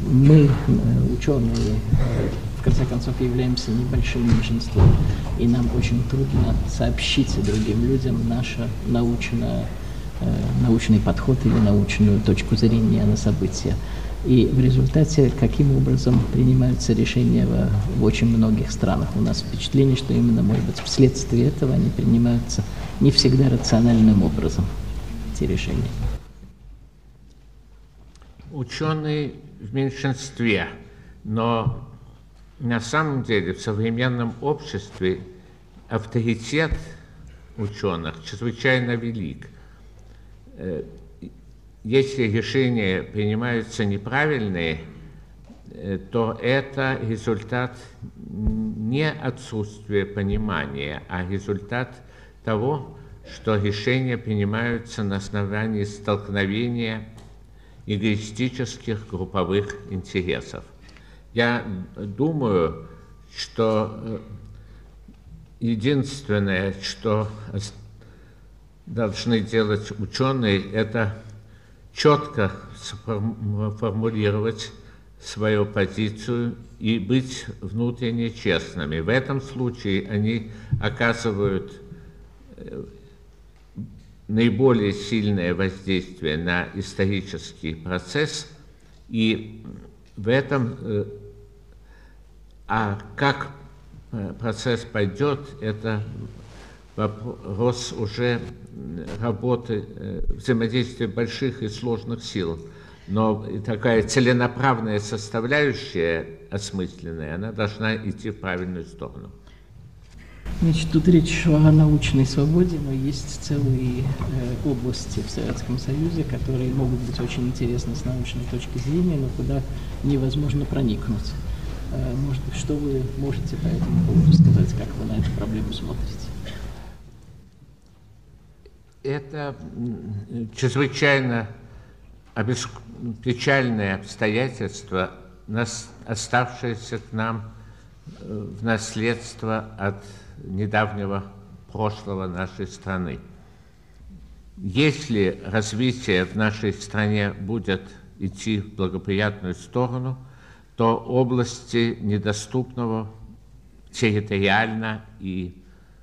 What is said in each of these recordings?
Мы, ученые, в конце концов, являемся небольшим меньшинством, и нам очень трудно сообщить другим людям наш научный подход или научную точку зрения на события. И в результате, каким образом принимаются решения в очень многих странах. У нас впечатление, что именно, может быть, вследствие этого они принимаются не всегда рациональным образом, эти решения. Ученые в меньшинстве, но на самом деле в современном обществе авторитет ученых чрезвычайно велик. Если решения принимаются неправильные, то это результат не отсутствия понимания, а результат того, что решения принимаются на основании столкновения эгоистических групповых интересов. Я думаю, что единственное, что должны делать ученые, это четко формулировать свою позицию и быть внутренне честными. В этом случае они оказывают наиболее сильное воздействие на исторический процесс, и в этом, а как процесс пойдет, это вопрос уже работы, взаимодействия больших и сложных сил. Но такая целенаправленная составляющая, осмысленная, она должна идти в правильную сторону. Значит, тут речь шла о научной свободе, но есть целые области в Советском Союзе, которые могут быть очень интересны с научной точки зрения, но куда невозможно проникнуть. Может быть, что вы можете по этому поводу сказать, как вы на эту проблему смотрите? Это чрезвычайно печальное обстоятельство, оставшееся к нам в наследство от недавнего прошлого нашей страны. Если развитие в нашей стране будет идти в благоприятную сторону, то области недоступного территориально и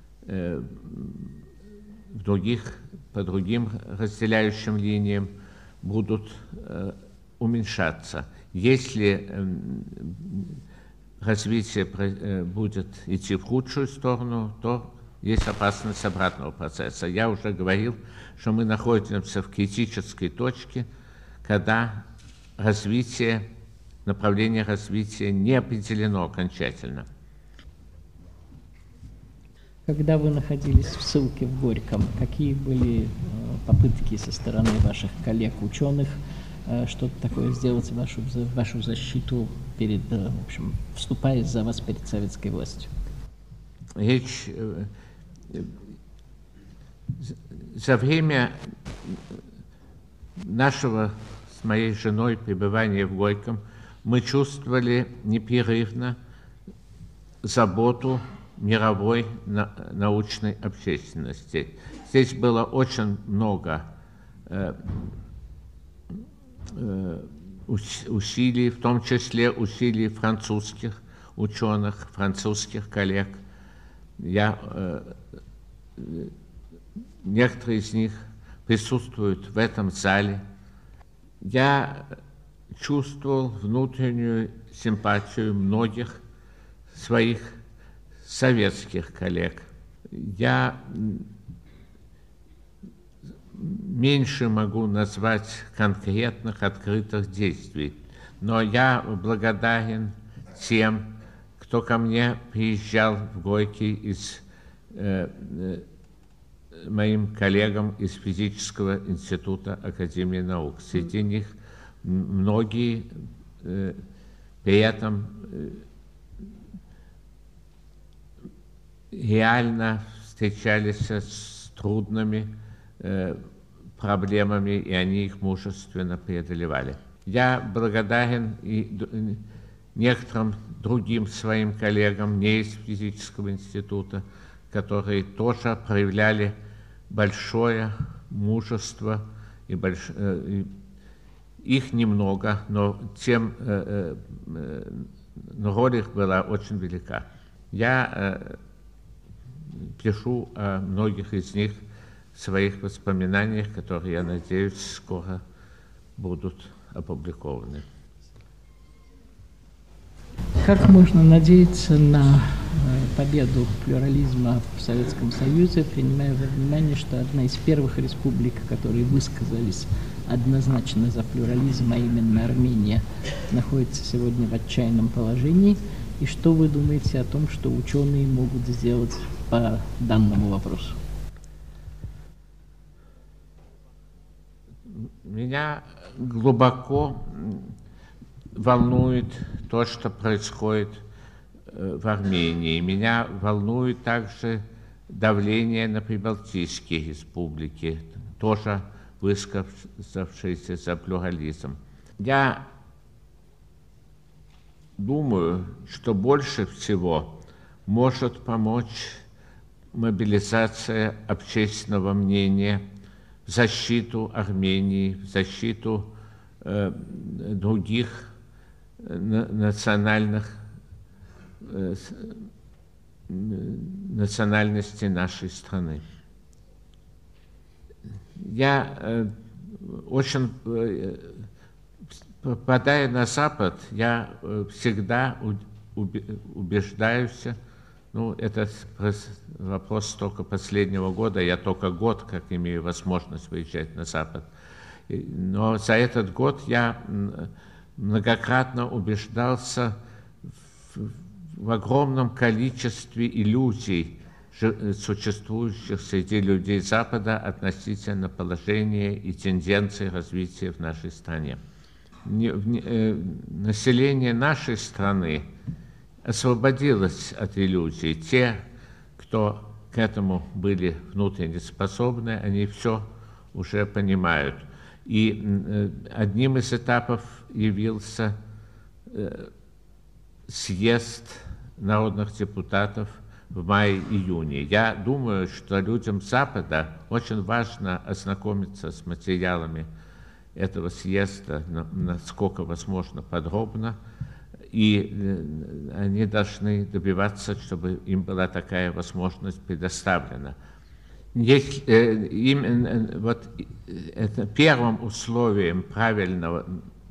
по другим разделяющим линиям будут уменьшаться. Если развитие будет идти в худшую сторону, то есть опасность обратного процесса. Я уже говорил, что мы находимся в критической точке, когда направление развития не определено окончательно. Когда вы находились в ссылке в Горьком, какие были попытки со стороны ваших коллег-ученых что-то такое сделать в вашу защиту перед, в общем, вступая за вас перед советской властью? Речь за время нашего с моей женой пребывания в Горьком мы чувствовали непрерывно заботу мировой научной общественности. Здесь было очень много усилий, в том числе усилий французских ученых, французских коллег. Некоторые из них присутствуют в этом зале. Я чувствовал внутреннюю симпатию многих своих советских коллег. Я меньше могу назвать конкретных открытых действий, но я благодарен тем, кто ко мне приезжал в Горький, моим коллегам из Физического института Академии наук. Среди них многие при этом реально встречались с трудными проблемами, и они их мужественно преодолевали. Я благодарен и некоторым другим своим коллегам не из Физического института, которые тоже проявляли большое мужество и Их немного, но роль их была очень велика. Я пишу о многих из них в своих воспоминаниях, которые, я надеюсь, скоро будут опубликованы. Как можно надеяться на победу плюрализма в Советском Союзе, принимая во внимание, что одна из первых республик, которые высказались однозначно за плюрализм, а именно Армения, находится сегодня в отчаянном положении? И что вы думаете о том, что ученые могут сделать по данному вопросу? Меня глубоко волнует то, что происходит в Армении. Меня волнует также давление на прибалтийские республики, тоже высказавшиеся за плюрализм. Я думаю, что больше всего может помочь мобилизация общественного мнения в защиту Армении, в защиту других национальностей нашей страны. Я очень, попадая на Запад, я всегда убеждаюсь, ну, это вопрос только последнего года, я только год, как имею возможность выезжать на Запад. Но за этот год я многократно убеждался в огромном количестве иллюзий, существующих среди людей Запада относительно положения и тенденций развития в нашей стране. Население нашей страны освободилось от иллюзий. Те, кто к этому были внутренне способны, они все уже понимают. И одним из этапов явился съезд народных депутатов в мае-июне. Я думаю, что людям Запада очень важно ознакомиться с материалами этого съезда, насколько возможно, подробно, и они должны добиваться, чтобы им была такая возможность предоставлена. Именно вот это первым условием правильной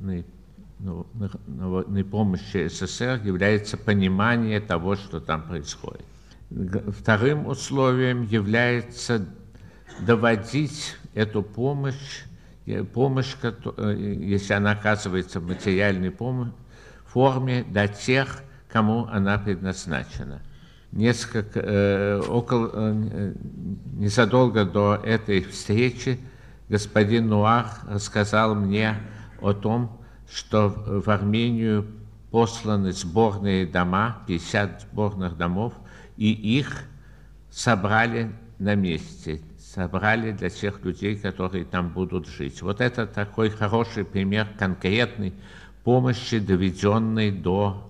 помощи СССР является понимание того, что там происходит. Вторым условием является доводить эту помощь, если она оказывается в материальной форме, до тех, кому она предназначена. Незадолго до этой встречи господин Нуар рассказал мне о том, что в Армению посланы сборные дома, 50 сборных домов, и их собрали на месте, собрали для тех людей, которые там будут жить. Вот это такой хороший пример конкретной помощи, доведенной до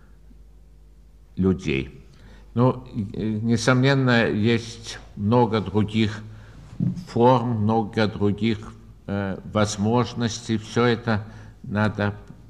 людей. Ну, несомненно, есть много других форм, много других возможностей. Все это надо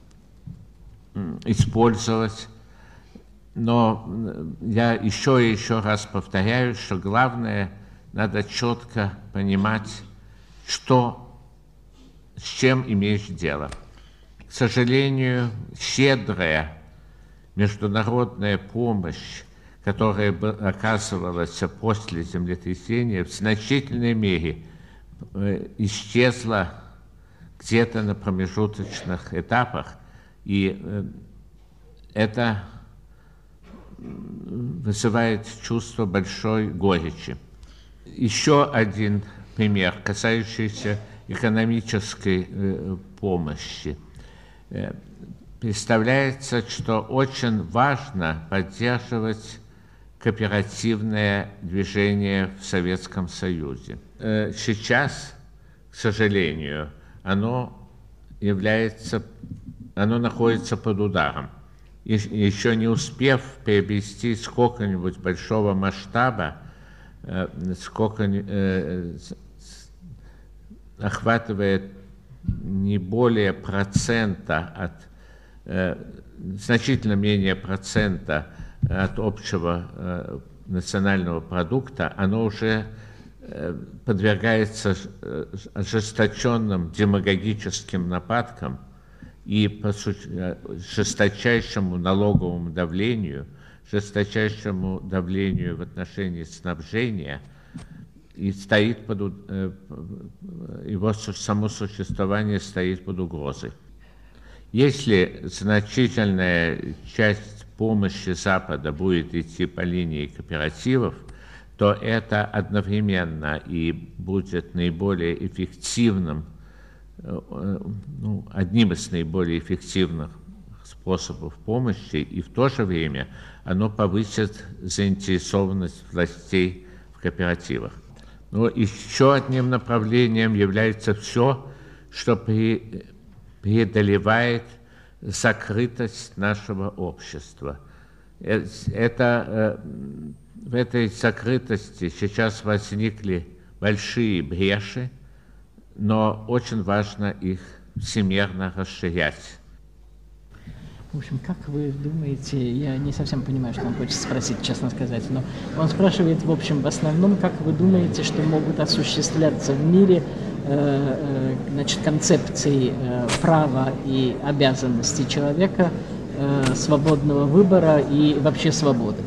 использовать. Но я еще и еще раз повторяю, что главное, надо четко понимать, с чем имеешь дело. К сожалению, щедрая международная помощь, которая оказывалась после землетрясения, в значительной мере исчезла где-то на промежуточных этапах, и это вызывает чувство большой горечи. Еще один пример, касающийся экономической помощи. Представляется, что очень важно поддерживать кооперативное движение в Советском Союзе. Сейчас, к сожалению, оно находится под ударом. И еще не успев приобрести сколько-нибудь большого масштаба, охватывает не более процента значительно менее процента от общего национального продукта, оно уже подвергается ожесточенным демагогическим нападкам и жесточайшему налоговому давлению, жесточайшему давлению в отношении снабжения, и стоит его само существование стоит под угрозой. Если значительная часть помощи Запада будет идти по линии кооперативов, то это одновременно и будет наиболее эффективным, одним из наиболее эффективных способов помощи, и в то же время оно повысит заинтересованность властей в кооперативах. Но еще одним направлением является все, что преодолевает закрытость нашего общества. В этой закрытости сейчас возникли большие бреши, но очень важно их всемирно расширять. В общем, как вы думаете, я не совсем понимаю, что он хочет спросить, честно сказать, но он спрашивает, в общем, в основном, как вы думаете, что могут осуществляться в мире концепции права и обязанностей человека, свободного выбора и вообще свободы?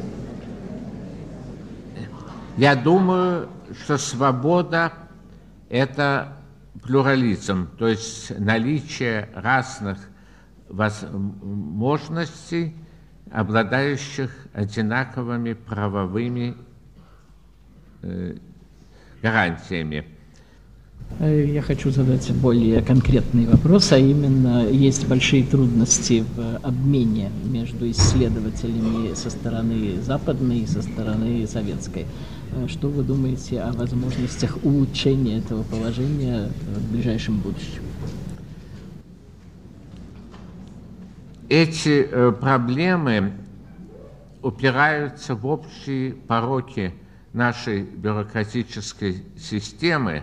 Я думаю, что свобода – это плюрализм, то есть наличие разных возможностей, обладающих одинаковыми правовыми гарантиями. Я хочу задать более конкретный вопрос, а именно, есть большие трудности в обмене между исследователями со стороны западной и со стороны советской. Что вы думаете о возможностях улучшения этого положения в ближайшем будущем? Эти проблемы упираются в общие пороки нашей бюрократической системы.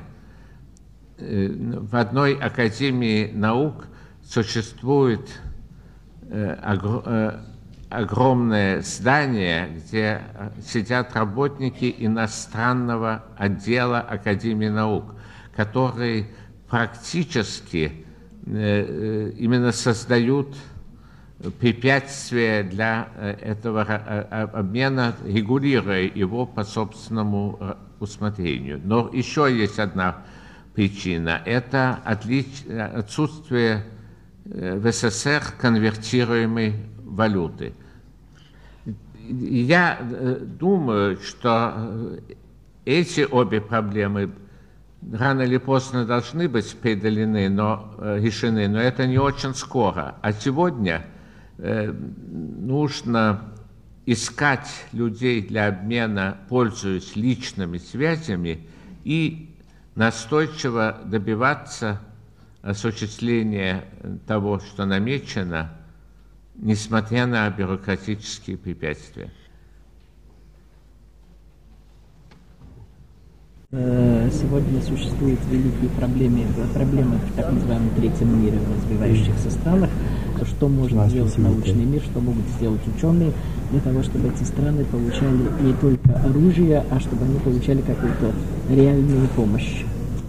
В одной академии наук существует огромное здание, где сидят работники иностранного отдела Академии наук, которые практически именно создают препятствия для этого обмена, регулируя его по собственному усмотрению. Но еще есть одна причина – это отсутствие в СССР конвертируемой валюты. Я думаю, что эти обе проблемы рано или поздно должны быть преодолены, решены, но это не очень скоро. А сегодня нужно искать людей для обмена, пользуясь личными связями, и настойчиво добиваться осуществления того, что намечено, несмотря на бюрократические препятствия. Сегодня существуют великие проблемы в так называемом третьем мире, в развивающихся странах. Что может сделать научный мир, что могут сделать ученые для того, чтобы эти страны получали не только оружие, а чтобы они получали какую-то реальную помощь?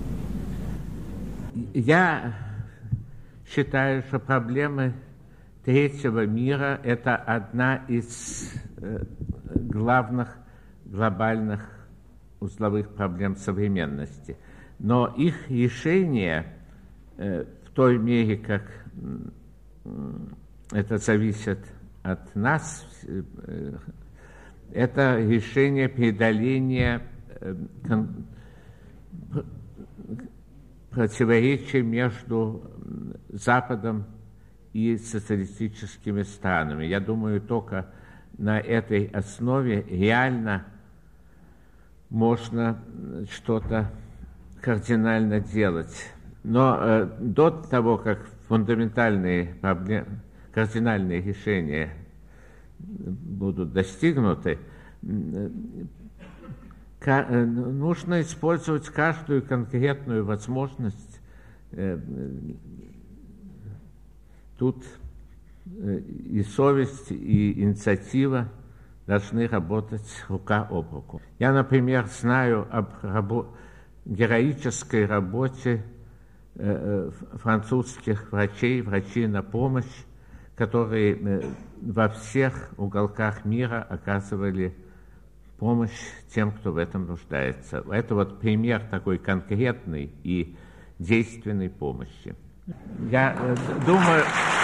Я считаю, что проблемы третьего мира – это одна из главных глобальных узловых проблем современности. Но их решение в той мере, как это зависит от нас, это решение преодоления противоречий между Западом и социалистическими странами. Я думаю, только на этой основе реально можно что-то кардинально делать. Но до того, как фундаментальные проблемы, кардинальные решения будут достигнуты, нужно использовать каждую конкретную возможность тут и совесть, и инициатива должны работать рука об руку. Я, например, знаю об героической работе французских врачей на помощь, которые во всех уголках мира оказывали помощь тем, кто в этом нуждается. Это вот пример такой конкретной и действенной помощи. Я думаю...